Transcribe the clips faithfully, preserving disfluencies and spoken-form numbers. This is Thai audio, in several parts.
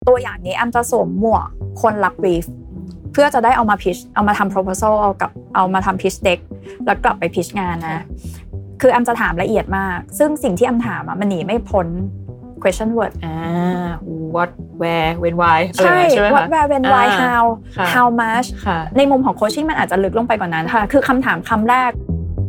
ตัวอย่างนี้แอมจะสวมหมวกคนรับบรีฟเพื่อจะได้เอามาพิชเอามาทำ proposal เอากับเอามาทำ pitch deck แล้วกลับไปพิชงานนะคือแอมจะถามละเอียดมากซึ่งสิ่งที่แอมถามมันหนีไม่พ้น question word อ่า what where when why ใช่ what where when why how how much ในมุมของโคชชิ่งมันอาจจะลึกลงไปกว่านั้นค่ะคือคำถามคำแรก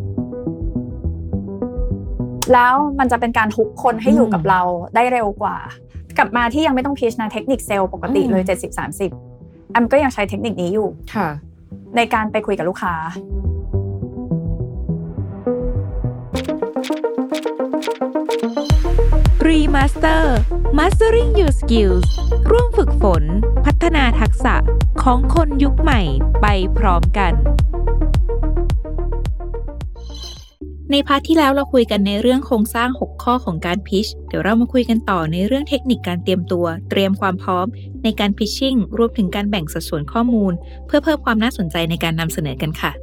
แล้วมันจะเป็นการฮุกคนให้อยู่กับเราได้เร็วกว่ากลับมาที่ยังไม่ต้องพิชนะเทคนิคเซลล์ปกติเลยเจ็ดสิบ สามสิบแอมก็ยังใช้เทคนิคนี้อยู่ในการไปคุยกับลูกค้า Remaster Mastering Your Skills ร่วมฝึกฝนพัฒนาทักษะของคนยุคใหม่ไปพร้อมกันในพาร์ทที่แล้วเราคุยกันในเรื่องโครงสร้างหกข้อของการพิชเดี๋ยวเรามาคุยกันต่อในเรื่องเทคนิคการเตรียมตัวเตรียมความพร้อมในการพิชชิ่งรวมถึงการแบ่งสัดส่วนข้อมูลเพื่อเพิ่มความน่าสนใจในการนำเสนอกันค่ะ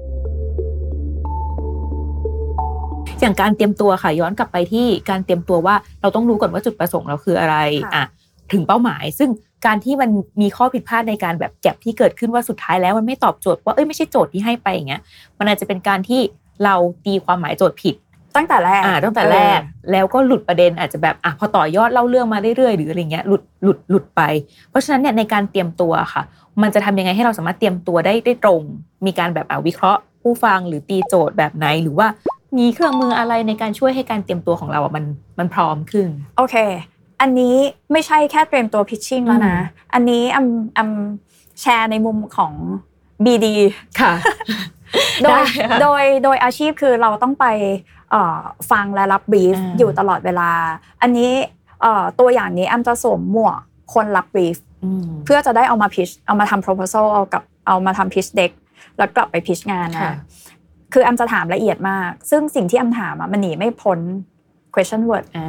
อย่างการเตรียมตัวค่ะย้อนกลับไปที่การเตรียมตัวว่าเราต้องรู้ก่อนว่าจุดประสงค์เราคืออะไรอ่ะถึงเป้าหมายซึ่งการที่มันมีข้อผิดพลาดในการแบบแก็บที่เกิดขึ้นว่าสุดท้ายแล้วมันไม่ตอบโจทย์ว่าเอ้ยไม่ใช่โจทย์ที่ให้ไปอย่างเงี้ยมันอาจจะเป็นการที่เราตีความหมายโจทย์ผิดตั้งแต่แรกอ่าตั้งแต่แรกแล้วก็หลุดประเด็นอาจจะแบบอ่ะพอต่อยอดเล่าเรื่องมาเรื่อยๆหรืออะไรเงี้ยหลุดหลุดหลุดไปเพราะฉะนั้นเนี่ยในการเตรียมตัวค่ะมันจะทำยังไงให้เราสามารถเตรียมตัวได้ได้ตรงมีการแบบอ่ะวิเคราะห์ผู้ฟังหรือตีโจทย์แบบไหนหรือว่ามีเครื่องมืออะไรในการช่วยให้การเตรียมตัวของเราอ่ะมันมันพร้อมขึ้นโอเคอันนี้ไม่ใช่แค่เตรียมตัว pitching แล้วนะอันนี้อำอำแชร์ในมุมของ บี ดีค่ะโดยโดยโดยอาชีพคือเราต้องไปเอ่อฟังและรับบรีฟอยู่ตลอดเวลาอันนี้เอ่อตัวอย่างนี้อำจะสวมหมวกคนรับบรีฟเพื่อจะได้เอามาพิชเอามาทำ proposal เอากับเอามาทำ pitch deck แล้วกลับไปพิชงานนะคือแอมจะถามละเอียดมากซึ่งสิ่งที่แอมถามมันหนีไม่พ้น question word อ่า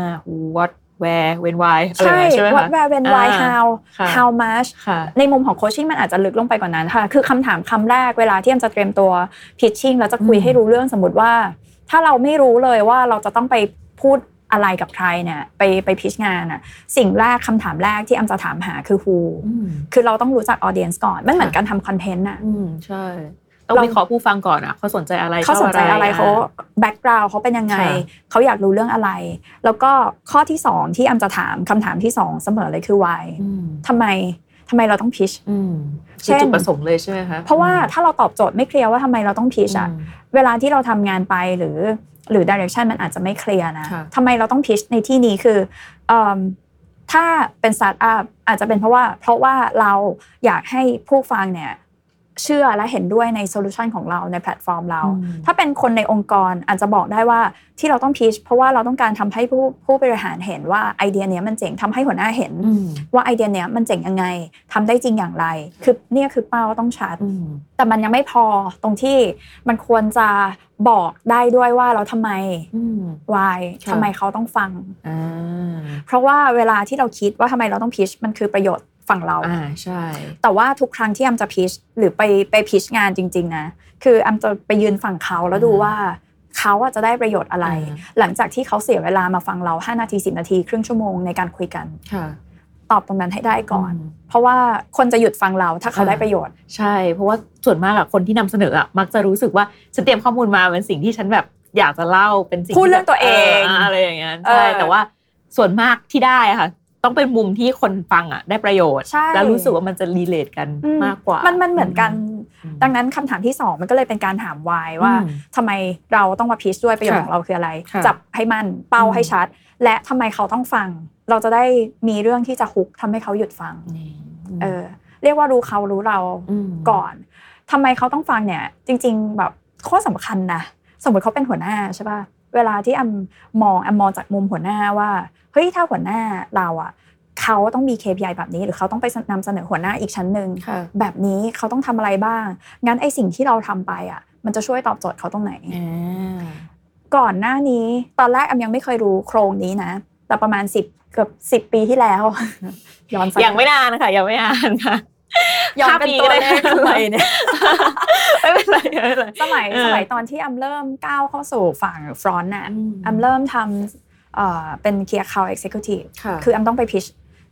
what where when why ใช่ what where when why how how much ในมุมของโคชชิ่งมันอาจจะลึกลงไปกว่านั้นค่ะคือคำถามคำแรกเวลาที่แอมจะเตรียมตัว pitching แล้วจะคุยให้รู้เรื่องสมมติว่าถ้าเราไม่รู้เลยว่าเราจะต้องไปพูดอะไรกับใครเนี่ยไปไปพิชงานน่ะสิ่งแรกคำถามแรกที่แอมจะถามหาคือ who คือเราต้องรู้จัก audience ก่อนมันเหมือนการทำคอนเทนต์น่ะใช่ต้องวิเคราะห์ผู้ฟังก่อนอ่ะเขาสนใจอะไรเขาสนใจอะไรเขาแบ็คกราวด์เขาเป็นยังไงเขาอยากรู้เรื่องอะไรแล้วก็ข้อที่สองที่แอมจะถามคำถามที่สองเสมอเลยคือ why ทำไมทำไมเราต้องพิชเช่นจุดประสงค์เลยใช่ไหมคะเพราะว่าถ้าเราตอบโจทย์ไม่เคลียร์ว่าทำไมเราต้องพิชอ่ะเวลาที่เราทำงานไปหรือหรือ direction มันอาจจะไม่เคลียร์นะทำไมเราต้องพิชในที่นี้คือถ้าเป็นสตาร์ทอัพอาจจะเป็นเพราะว่าเพราะว่าเราอยากให้ผู้ฟังเนี่ยเชื่อและเห็นด้วยในโซลูชันของเราในแพลตฟอร์มเราถ้าเป็นคนในองค์กรอาจจะบอกได้ว่าที่เราต้องพิชเพราะว่าเราต้องการทำให้ผู้ผู้บริหารเห็นว่าไอเดียเนี้ยมันเจ๋งทำให้หัวหน้าเห็นว่าไอเดียเนี้ยมันเจ๋งยังไงทำได้จริงอย่างไรคือเนี่ยคือเป้าต้องชัดแต่มันยังไม่พอตรงที่มันควรจะบอกได้ด้วยว่าเราทำไม why ทำไมเขาต้องฟังเพราะว่าเวลาที่เราคิดว่าทำไมเราต้องพิชมันคือประโยชน์ฝั่งเราอ่าใช่แต่ว่าทุกครั้งที่แอมจะพิชหรือไปไปพิชงานจริงๆนะคือแอมจะไปยืนฝั่งเขาแล้วดูว่าเขาจะได้ประโยชน์อะไรหลังจากที่เขาเสียเวลามาฟังเราห้านาทีสิบนาทีครึ่งชั่วโมงในการคุยกันตอบตรงนั้นให้ได้ก่อนเพราะว่าคนจะหยุดฟังเราถ้าเขาได้ประโยชน์ใช่เพราะว่าส่วนมากอะคนที่นำเสนออะมักจะรู้สึกว่าฉันเตรียมข้อมูลมาเป็นสิ่งที่ฉันแบบอยากจะเล่าเป็นสิ่งพูดเรื่องตัวเองอะไรอย่างเงี้ยใช่แต่ว่าส่วนมากที่ได้อะค่ะต้องเป็นมุมที่คนฟังอ่ะได้ประโยชน์แล้วรู้สึกว่ามันจะรีเลทกันมากกว่ามันมันเหมือนกันดังนั้นคำถามที่สองมันก็เลยเป็นการถาม why ว่าทำไมเราต้องมาพิชด้วยประโยชน์ของเราคืออะไรจับให้มันเป้าให้ชัดและทำไมเขาต้องฟังเราจะได้มีเรื่องที่จะฮุกทำให้เขาหยุดฟังเออเรียกว่ารู้เขารู้เราก่อนทำไมเขาต้องฟังเนี่ยจริงๆแบบข้อสำคัญนะสมมติเขาเป็นหัวหน้าใช่ป่ะเวลาที่แอมมองแอมมองจากมุมหัวหน้าว่าเฮ้ยถ้าหัวหน้าเราอ่ะเขาต้องมี เค พี ไอ แบบนี้หรือเขาต้องไปนำเสนอหัวหน้าอีกชั้นนึงแบบนี้เขาต้องทำอะไรบ้างงั้นไอ้สิ่งที่เราทำไปอ่ะมันจะช่วยตอบโจทย์เขาตรงไหนก่อนหน้านี้ตอนแรกแอมยังไม่เคยรู้โครงนี้นะแต่ประมาณสิบเกือบสิบปีที่แล้วย้อนยังไม่นานค่ะยังไม่นานค่ะย้อนเป็นตัวเลขทำไมเนี่ยไม่เป็นไรไม่เป็นไรสมัยสมัยตอนที่แอมเริ่มก้าวเข้าสู่ฝั่งฟรอนต์น่ะแอมเริ่มทำเอ่อเป็น Key Account Executive คือแอมต้องไป pitch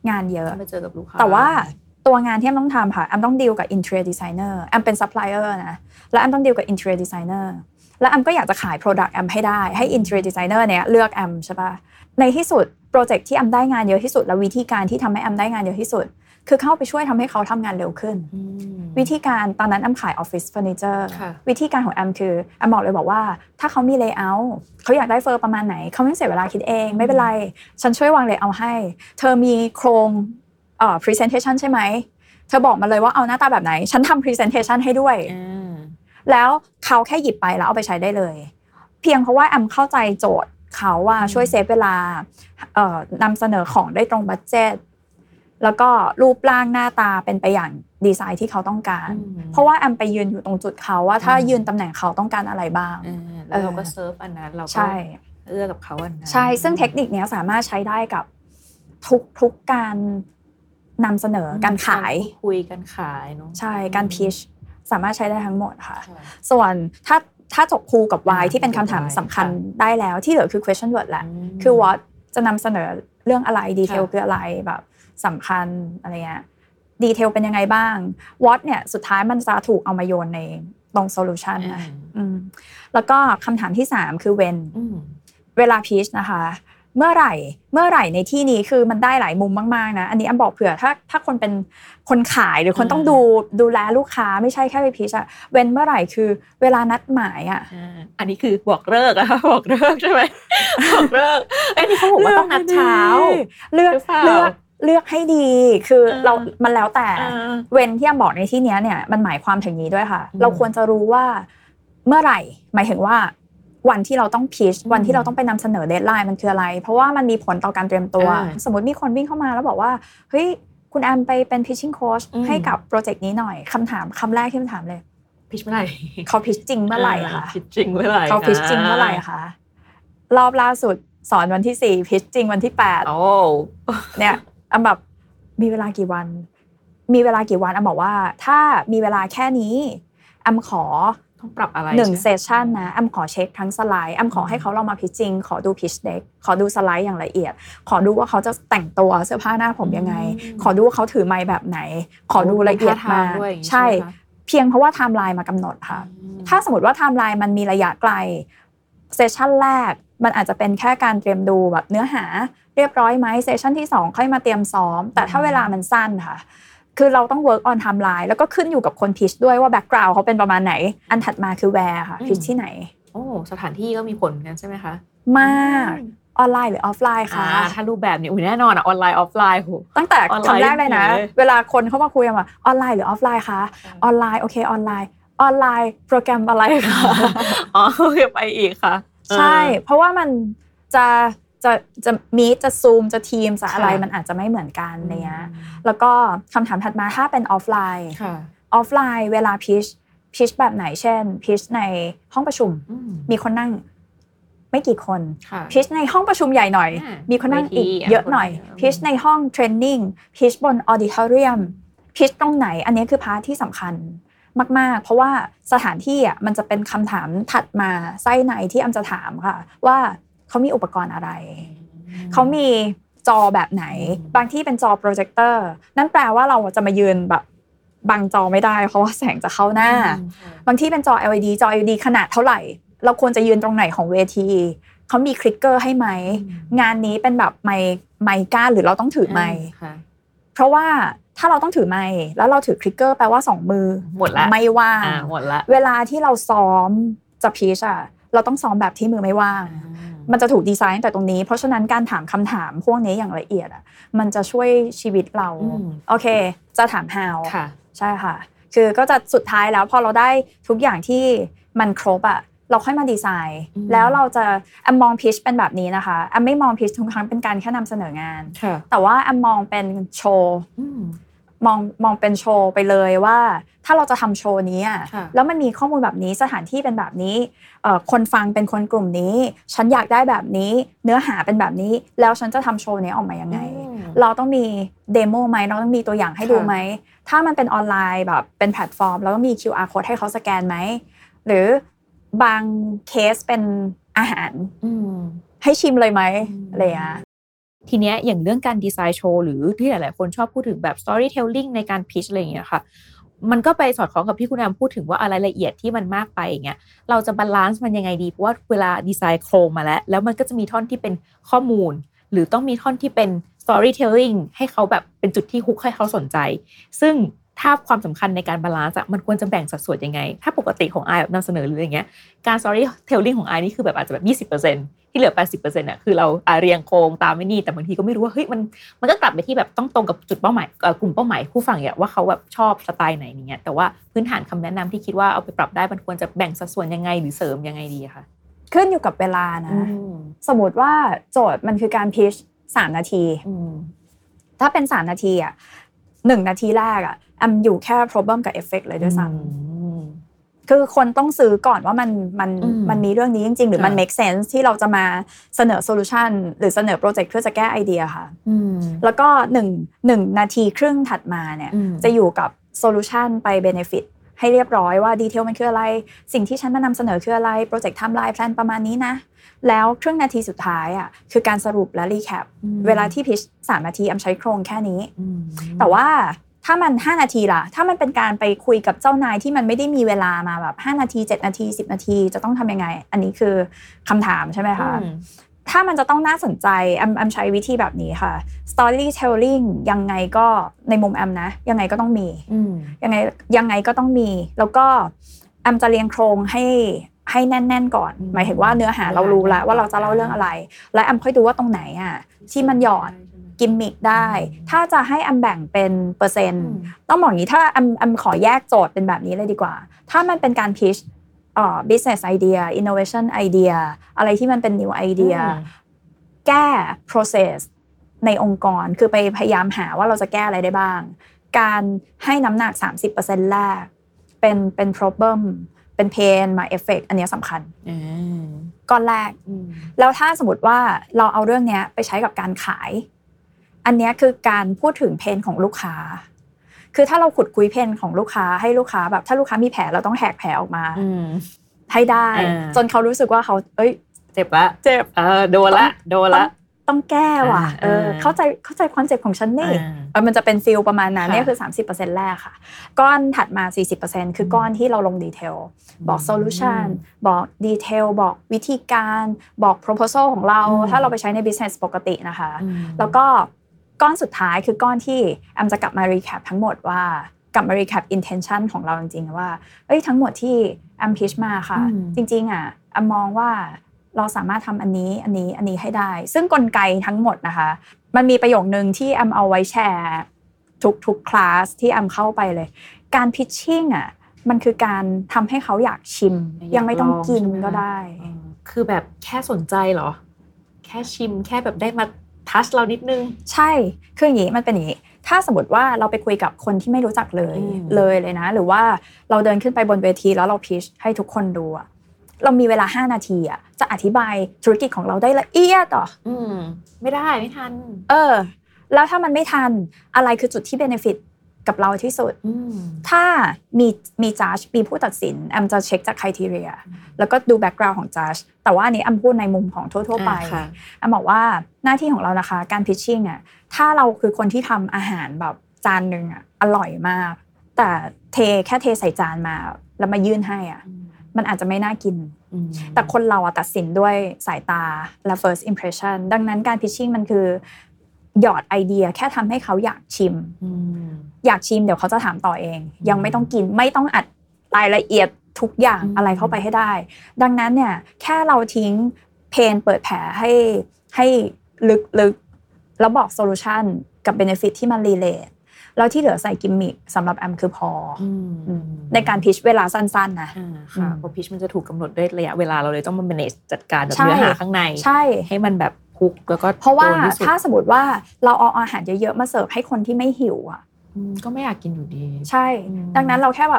งานเยอะไปเจอกับลูกค้าแต่ว่าตัวงานที่แอมต้องทำค่ะแอมต้องดีลกับ interior designer แอมเป็น supplier นะแล้วแอมต้องดีลกับ interior designer แล้วแอมก็อยากจะขาย product แอมให้ได้ให้ interior designer เนี่ยเลือกแอมใช่ป่ะในที่สุดโปรเจกต์ที่แอมได้งานเยอะที่สุดและวิธีการที่ทำให้แอมได้งานเยอะที่สุดคือเข้าไปช่วยทำให้เขาทำงานเร็วขึ้นวิธีการตอนนั้นแอมขายออฟฟิศเฟอร์นิเจอร์วิธีการของแอมคือแอมบอกเลยบอกว่าถ้าเขามีเลเยอร์เขาอยากได้เฟอร์ประมาณไหนเขาไม่เสียเวลาคิดเองไม่เป็นไรฉันช่วยวางเลเยอร์ให้เธอมีโครงเอ่อ presentation ใช่ไหมเธอบอกมาเลยว่าเอาหน้าตาแบบไหนฉันทำ presentation ให้ด้วยแล้วเขาแค่หยิบไปแล้วเอาไปใช้ได้เลยเพียงเพราะว่าแอมเข้าใจโจทย์เขาว่าช่วยเซฟเวลาเอ่อนำเสนอของได้ตรงบัดเจ็ตแล้วก็รูปร่างหน้าตาเป็นไปอย่างดีไซน์ที่เขาต้องการเพราะว่าแอมไปยืนอยู่ตรงจุดเขาว่าถ้ายืนตำแหน่งเขาต้องการอะไรบ้างแล้วเราก็เซิร์ฟอันนั้นเราก็เอื้อกับเขาอันนั้นใช่ซึ่งเทคนิคนี้สามารถใช้ได้กับทุกทุกการนำเสนอการขายคุยกันขายเนาะใช่การพิชสามารถใช้ได้ทั้งหมดค่ะส่วนถ้าถ้าจบคูกับ why ที่เป็นคำถามสำคัญได้แล้วที่เหลือคือ question word แหละคือ what จะนำเสนอเรื่องอะไรดีเทลคืออะไรแบบสำคัญอะไรเงี้ยดีเทลเป็นยังไงบ้าง what เนี่ยสุดท้ายมันจะถูกเอามาโยนในตรง solution นะแล้วก็คำถามที่สามคือ when เวลา pitch นะคะเมื่อไหร่เมื่อไหร่ในที่นี้คือมันได้หลายมุมมากๆนะอันนี้แอมบอกเผื่อถ้าถ้าคนเป็นคนขายหรือคนต้องดูดูแลลูกค้าไม่ใช่แค่ไปพิชอะเว้นเมื่อไหร่คือเวลานัดหมายอะอันนี้คือบอกเลิกอะบอกเลิกใช่ไหมบอกเลิกไอ้นี่เขาบอกว่าต้องนัดเช้าเลือกเลือกเลือกให้ดีคือเรามันแล้วแต่เว้นที่แอมบอกในที่นี้เนี่ยมันหมายความถึงนี้ด้วยค่ะเราควรจะรู้ว่าเมื่อไหร่หมายถึงว่าวันที่เราต้องพิชวันที่เราต้องไปนำเสนอเดดไลน์มันคืออะไรเพราะว่ามันมีผลต่อการเตรียมตัวสมมติมีคนวิ่งเข้ามาแล้วบอกว่าเฮ้ยคุณแอมไปเป็น pitching coach ให้กับโปรเจกต์นี้หน่อยคำถามคำแรกที่มันถามเลยพิชเมื่อไหร่เขาพิชจริงเมื่อไหร่คะพิชจริงเมื่อไหร่เขาพิชจริงเมื่อไหร่คะรอบล่าสุดสอนวันที่สี่พิชจริงวันที่แปดโอ้เนี่ยอำแบบมีเวลากี่วันมีเวลากี่วันอำบอกว่าถ้ามีเวลาแค่นี้อำขอต้องปรับอะไรหนึ่งเซสชันนะแอมขอเช็คทั้งสไลด์แอมขอให้เขาลองมาพิชจริงขอดูพิชเด็กขอดูสไลด์อย่างละเอียดขอดูว่าเขาจะแต่งตัวเสื้อผ้าหน้าผมยังไงขอดูว่าเขาถือไมค์แบบไหนขอดูละเอียดมาใช่เพียงเพราะว่าไทม์ไลน์มากำหนดค่ะถ้าสมมติว่าไทม์ไลน์มันมีระยะไกลเซสชันแรกมันอาจจะเป็นแค่การเตรียมดูแบบเนื้อหาเรียบร้อยไหมเซสชันที่สองค่อยมาเตรียมซ้อมแต่ถ้าเวลามันสั้นค่ะคือเราต้อง work on timeline แล้วก็ขึ้นอยู่กับคน pitch ด้วยว่า background เขาเป็นประมาณไหนอันถัดมาคือ where ค่ะ pitch ที่ไหนโอ้สถานที่ก็มีผลกันใช่ไหมคะมากออนไลน์หรือออฟไลน์คะถ้ารูปแบบนี้อุ้ยแน่นอนอ่ะออนไลน์ออฟไลน์โหตั้งแต่คำแรกเลยนะเวลาคนเข้ามาคุยกันว่าออนไลน์หรือออฟไลน์คะออนไลน์โอเคออนไลน์ออนไลน์โปรแกรมอะไรคะอ๋อไปอีกค่ะใช่เพราะว่ามันจะจะจะมีจะซูมจะทีมจะอะไรมันอาจจะไม่เหมือนกันเนี้ยแล้วก็คำถามถัดมาถ้าเป็นออฟไลน์ออฟไลน์เวลาพิชพิชแบบไหนเช่นพิชในห้องประชุมมีคนนั่งไม่กี่คนพิชในห้องประชุมใหญ่หน่อยมีคนนั่งอีกเยอะหน่อยพิชในห้องเทรนนิ่งพิชบนออดิทอเรียมพิชตรงไหนอันนี้คือพาร์ทที่สำคัญมากๆเพราะว่าสถานที่อ่ะมันจะเป็นคำถามถัดมาไส้ในที่อำจะถามค่ะว่าเขามีอุปกรณ์อะไรเขามีจอแบบไหนบางที่เป็นจอโปรเจคเตอร์นั่นแปลว่าเราจะมายืนแบบบังจอไม่ได้เพราะว่าแสงจะเข้าหน้าบางที่เป็นจอ แอล อี ดี จอ แอล อี ดี ขนาดเท่าไหร่เราควรจะยืนตรงไหนของเวทีเขามีคลิกเกอร์ให้ไหมงานนี้เป็นแบบไมค์ไมค์ก้านหรือเราต้องถือไมค์เพราะว่าถ้าเราต้องถือไมค์แล้วเราถือคลิกเกอร์แปลว่าสองมือหมดละไม่ว่างหมดละเวลาที่เราซ้อมจะพีชอะเราต้องซ้อมแบบที่มือไม่ว่างมันจะถูกดีไซน์แต่ตรงนี้เพราะฉะนั้นการถามคำถามพวกนี้อย่างละเอียดอ่ะมันจะช่วยชีวิตเราโอเคจะถาม how ใช่ค่ะคือก็จะสุดท้ายแล้วพอเราได้ทุกอย่างที่มันครบอ่ะเราค่อยมาดีไซน์แล้วเราจะแอมมองพิชเป็นแบบนี้นะคะแอมไม่มองพิชทุกครั้งเป็นการแค่นำเสนองานแต่ว่าแอมมองเป็นโชว์มองมองเป็นโชว์ไปเลยว่าถ้าเราจะทำโชว์นี้แล้วมันมีข้อมูลแบบนี้สถานที่เป็นแบบนี้คนฟังเป็นคนกลุ่มนี้ฉันอยากได้แบบนี้เนื้อหาเป็นแบบนี้แล้วฉันจะทำโชว์นี้ออกมายังไงเราต้องมีเดโมไหมเราต้องมีตัวอย่างให้ดูไหมถ้ามันเป็นออนไลน์แบบเป็นแพลตฟอร์มเราต้องมี คิว อาร์ code ให้เขาสแกนไหมหรือบางเคสเป็นอาหารให้ชิมเลยไหมอะไรอย่างเงี้ยทีเนี้ยอย่างเรื่องการดีไซน์โชว์หรือที่หลายๆคนชอบพูดถึงแบบ storytelling ในการ pitch อะไรอย่างเงี้ยค่ะมันก็ไปสอดคล้องกับที่คุณแอมพูดถึงว่าอะไรละเอียดที่มันมากไปอย่างเงี้ยเราจะบาลานซ์มันยังไงดีเพราะว่าเวลาดีไซน์โครงมาแล้วแล้วมันก็จะมีท่อนที่เป็นข้อมูลหรือต้องมีท่อนที่เป็น storytelling ให้เขาแบบเป็นจุดที่ฮุกให้เขาสนใจซึ่งถ้าความสำคัญในการบาลานซ์มันควรจะแบ่งสัดส่วนยังไงถ้าปกติของไอแบบนำเสนอหรืออย่างเงี้ยการ storytelling ของไอนี่คือแบบอาจจะแบบ ยี่สิบเปอร์เซ็นต์ ที่เหลือ แปดสิบเปอร์เซ็นต์ น่ะคือเราเรียงโครงตามไม่นี่แต่บางทีก็ไม่รู้ว่าเฮ้ยมันมันก็กลับไปที่แบบต้องตรงกับจุดเป้าหมายกลุ่มเป้าหมายผู้ฟังเนี่ยว่าเขาแบบชอบสไตล์ไหนอย่างเงี้ยแต่ว่าพื้นฐานคำแนะนำที่คิดว่าเอาไปปรับได้มันควรจะแบ่งสัดส่วนยังไงหรือเสริมยังไงดีคะขึ้นอยู่กับเวลานะสมมติว่าโจทย์มันคือการพิชสามนาทีถ้าเป็นสามนาทีอ่ะหนึ่งนาทีแรกอ่ะแอมอยู่แค่ problem กับ effect เลยด้วยซ้ำคือคนต้องซื้อก่อนว่ามันมันมันมีเรื่องนี้จริงๆหรือมัน make sense ที่เราจะมาเสนอ solution หรือเสนอ project เพื่อจะแก้ไอเดียค่ะแล้วก็หนึ่ง หนึ่งนาทีครึ่งถัดมาเนี่ยจะอยู่กับ solution ไป benefit ให้เรียบร้อยว่าดีเทลมันคืออะไรสิ่งที่ฉันมานำเสนอคืออะไร project timeline plan ประมาณนี้นะแล้วครึ่งนาทีสุดท้ายอ่ะคือการสรุปและ recap เวลาที่ pitch สามนาทีแอมใช้โครงแค่นี้แต่ว่าถ้ามันห้านาทีล่ะถ้ามันเป็นการไปคุยกับเจ้านายที่มันไม่ได้มีเวลามาแบบห้านาทีเจ็ดนาทีสิบนาทีจะต้องทำยังไงอันนี้คือคำถามใช่ไหมคะถ้ามันจะต้องน่าสนใจแอมแอมใช้วิธีแบบนี้ค่ะ storytelling ยังไงก็ในมุมแอมนะยังไงก็ต้องมียังไงยังไงก็ต้องมีแล้วก็แอมจะเรียงโครงให้ให้แน่นๆก่อนหมายถึงว่าเนื้อหาเรารู้แล้วว่าเราจะเล่าเรื่องอะไรและแอมค่อยดูว่าตรงไหนอ่ะที่มันหยอดกิมมิคได้ถ้าจะให้แอมแบ่งเป็นเปอร์เซ็นต์ต้องบอกอย่างนี้ถ้าแอมแอมขอแยกโจทย์เป็นแบบนี้เลยดีกว่าถ้ามันเป็นการ pitch เอ่อ business idea innovation idea อะไรที่มันเป็น new idea แก้ process ในองค์กรคือไปพยายามหาว่าเราจะแก้อะไรได้บ้างการให้น้ำหนัก สามสิบเปอร์เซ็นต์ แรกเป็นเป็น problem เป็น pain มา effect อันนี้สำคัญก้อนแรกแล้วถ้าสมมติว่าเราเอาเรื่องนี้ไปใช้กับการขายอันนี้คือการพูดถึงเพนของลูกค้าคือถ้าเราขุดคุยเพนของลูกค้าให้ลูกค้าแบบถ้าลูกค้ามีแผลเราต้องแหกแผลออกมาให้ได้จนเขารู้สึกว่าเขาเอ้ยเจ็บละเจ็บเออโดนละโดนละต้องแก้ว่ะเออเข้าใจเข้าใจความเจ็บของฉันนี่เออมันจะเป็นฟีลประมาณนั้นนี่คือ สามสิบเปอร์เซ็นต์ แรกค่ะก้อนถัดมา สี่สิบเปอร์เซ็นต์ คือก้อนที่เราลงดีเทลบอกโซลูชันบอกดีเทลบอกวิธีการบอก proposal ของเราถ้าเราไปใช้ใน business ปกตินะคะแล้วก็ก้อนสุดท้ายคือก้อนที่แอมจะกลับมา recap ทั้งหมดว่ากลับมา recap intention ของเราจริงๆว่าเอ้ยทั้งหมดที่แอม pitch มาค่ะจริงๆอ่ะแอมมองว่าเราสามารถทำอันนี้อันนี้อันนี้ให้ได้ซึ่งกลไกทั้งหมดนะคะมันมีประโยคนึงที่แอมเอาไว้แชร์ทุกทุกคลาสที่แอมเข้าไปเลยการ pitching อ่ะมันคือการทำให้เขาอยากชิมยังไม่ต้องกินก็ได้คือแบบแค่สนใจเหรอแค่ชิมแค่แบบได้มาทัชเรานิดนึงใช่คืออย่างนี้มันเป็นอย่างนี้ถ้าสมมติว่าเราไปคุยกับคนที่ไม่รู้จักเลยเลยเลยนะหรือว่าเราเดินขึ้นไปบนเวทีแล้วเราพิชให้ทุกคนดูอะเรามีเวลาห้านาทีอะจะอธิบายธุรกิจของเราได้ละเอียดอ่ะอืมไม่ได้ไม่ทันเออแล้วถ้ามันไม่ทันอะไรคือจุดที่เบเนฟิตกับเราที่สุดถ้ามีมีจัดมีผู้ตัดสินแอมจะเช็คจากไครทีเรียแล้วก็ดูแบ็กกราวด์ของจัดแต่ว่าอันนี้แอมพูดในมุมของทั่วๆไปแอมบอกว่าหน้าที่ของเรานะคะการพิชชิ่งอ่ะถ้าเราคือคนที่ทำอาหารแบบจานนึงอ่ะอร่อยมากแต่เทแค่เทใส่จานมาแล้วมายื่นให้อ่ะมันอาจจะไม่น่ากินแต่คนเราอ่ะตัดสินด้วยสายตาและ first impression ดังนั้นการพิชชิ่งมันคือหยอดไอเดียแค่ทำให้เขาอยากชิมอยากชิมเดี๋ยวเขาจะถามต่อเองยังไม่ต้องกินไม่ต้องอัดรายละเอียดทุกอย่างอะไรเข้าไปให้ได้ดังนั้นเนี่ยแค่เราทิ้งเพนเปิดแผลให้ให้ลึกๆแล้วบอกโซลูชันกับเบเนฟิตที่มันรีเลทแล้วที่เหลือใส่กิมมิคสำหรับแอมคือพอในการพิชเวลาสั้นๆนะค่ะเพราะพิชมันจะถูกกำหนดด้วยระยะเวลาเราเลยต้องมา manage จัดการแบบเนื้อหาข้างในให้มันแบบพุกแล้วก็เพราะว่าถ้าสมมติว่าเราเอาอาหารเยอะๆมาเสิร์ฟให้คนที่ไม่หิวอ่ะก็ไม่อยากกินอยู่ดีใช่ดังนั้นเราแค่แบบ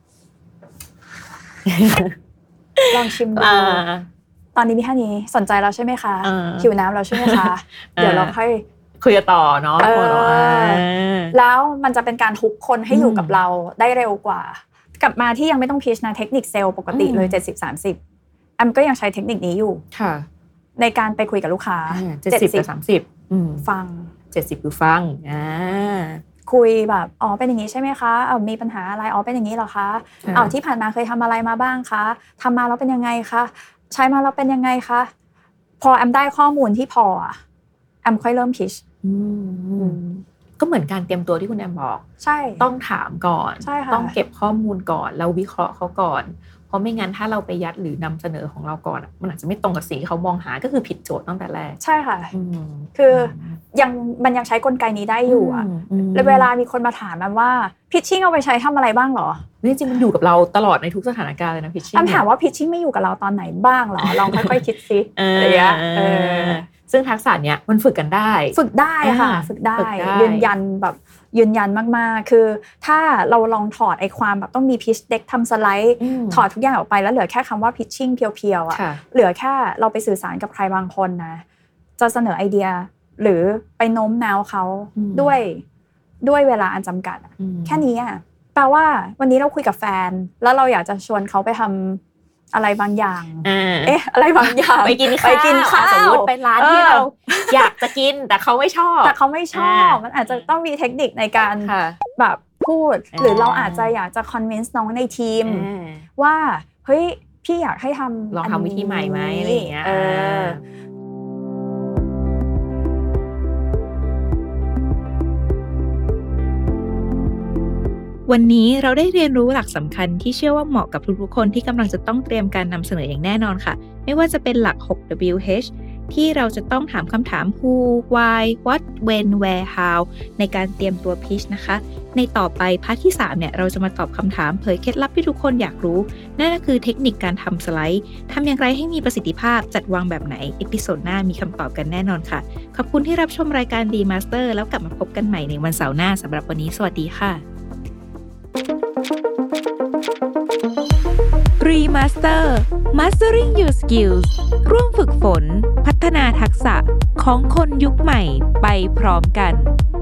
ลองชิมดูตอนนี้มีแค่นี้สนใจเราใช่ไหมคะหิวน้ำเราใช่ไหมคะเดี๋ยวเราค่อยคุยต่อเนาะแล้วมันจะเป็นการฮุกคนให้อยู่กับเราได้เร็วกว่ากลับมาที่ยังไม่ต้องพิชนะเทคนิคเซลล์ปกติเลยเจ็ดสิบ สามสิบแอมก็ยังใช้เทคนิคนี้อยู่ค่ะในการไปคุยกับลูกค้าเจ็ดสิบกับสามสิบฟังเจ็ดสิบคือฟังอ่าคุยแบบอ๋อเป็นอย่างนี้ใช่ไหมคะเออมีปัญหาอะไรอ๋อเป็นอย่างนี้เหรอคะอ๋อที่ผ่านมาเคยทำอะไรมาบ้างคะทำมาแล้วเป็นยังไงคะใช้มาแล้วเป็นยังไงคะพอแอมได้ข้อมูลที่พอแอมค่อยเริ่มพิชก็เหมือนการเตรียมตัวที่คุณแอมบอกใช่ต้องถามก่อนต้องเก็บข้อมูลก่อนแล้ววิเคราะห์เขาก่อนเพราะไม่งั้นถ้าเราไปยัดหรือนำเสนอของเราก่อนมันอาจจะไม่ตรงกับสิ่งที่เขามองหาก็คือผิดโจทย์ตั้งแต่แรกใช่ค่ะคือยังมันยังใช้กลไกนี้ได้อยู่อ่ะแล้วเวลามีคนมาถามมันว่าพิชชิ่งเอาไปใช้ทำอะไรบ้างหรอจริงๆมันอยู่กับเราตลอดในทุกสถานการณ์เลยนะพิชชิ่งคำถามว่าพิชชิ่งไม่อยู่กับเราตอนไหนบ้างหรอลองค่อยๆคิดซิอะไรอย่างเงี้ยซึ่งทักษะเนี้ยมันฝึกกันได้ฝึกได้ค่ะฝึกได้ยืนยันแบบยืนยันมากๆคือถ้าเราลองถอดไอ้ความแบบต้องมีพิชเด็กทำสไลด์ถอดทุกอย่างออกไปแล้วเหลือแค่คำว่าพิชชิ่งเพียวๆอ่ะเหลือแค่เราไปสื่อสารกับใครบางคนนะจะเสนอไอเดียหรือไปโน้มน้าวเขาด้วยด้วยเวลาอันจำกัดแค่นี้อ่ะแปลว่าวันนี้เราคุยกับแฟนแล้วเราอยากจะชวนเขาไปทำอะไรบางอย่างเอ๊ะอะไรบางอย่างไปกินข้าวไปกินข้าวสมมติไปร้านที่เราอยากจะกินแต่เขาไม่ชอบแต่เขาไม่ชอบมันอาจจะต้องมีเทคนิคในการแบบพูดหรือเราอาจจะอยากจะคอนวินส์น้องในทีมว่าเฮ้ยพี่อยากให้ทำลองทำวิธีใหม่ไหมอะไรอย่างเงี้ยวันนี้เราได้เรียนรู้หลักสำคัญที่เชื่อว่าเหมาะกับทุกๆคนที่กำลังจะต้องเตรียมการนำเสนออย่างแน่นอนค่ะไม่ว่าจะเป็นหลัก หก ดับเบิลยู เอช ที่เราจะต้องถามคำถาม who why what when where how ในการเตรียมตัว pitch นะคะในต่อไปพาร์ทที่สามเนี่ยเราจะมาตอบคำถามเผยเคล็ดลับที่ทุกคนอยากรู้นั่นก็คือเทคนิคการทำสไลด์ทำอย่างไรให้มีประสิทธิภาพจัดวางแบบไหนเอพิโซดหน้ามีคำตอบกันแน่นอนค่ะขอบคุณที่รับชมรายการ The Master แล้วกลับมาพบกันใหม่ในวันเสาร์หน้าสำหรับวันนี้สวัสดีค่ะ Remaster Mastering Your Skills ร่วมฝึกฝนพัฒนาทักษะของคนยุคใหม่ไปพร้อมกัน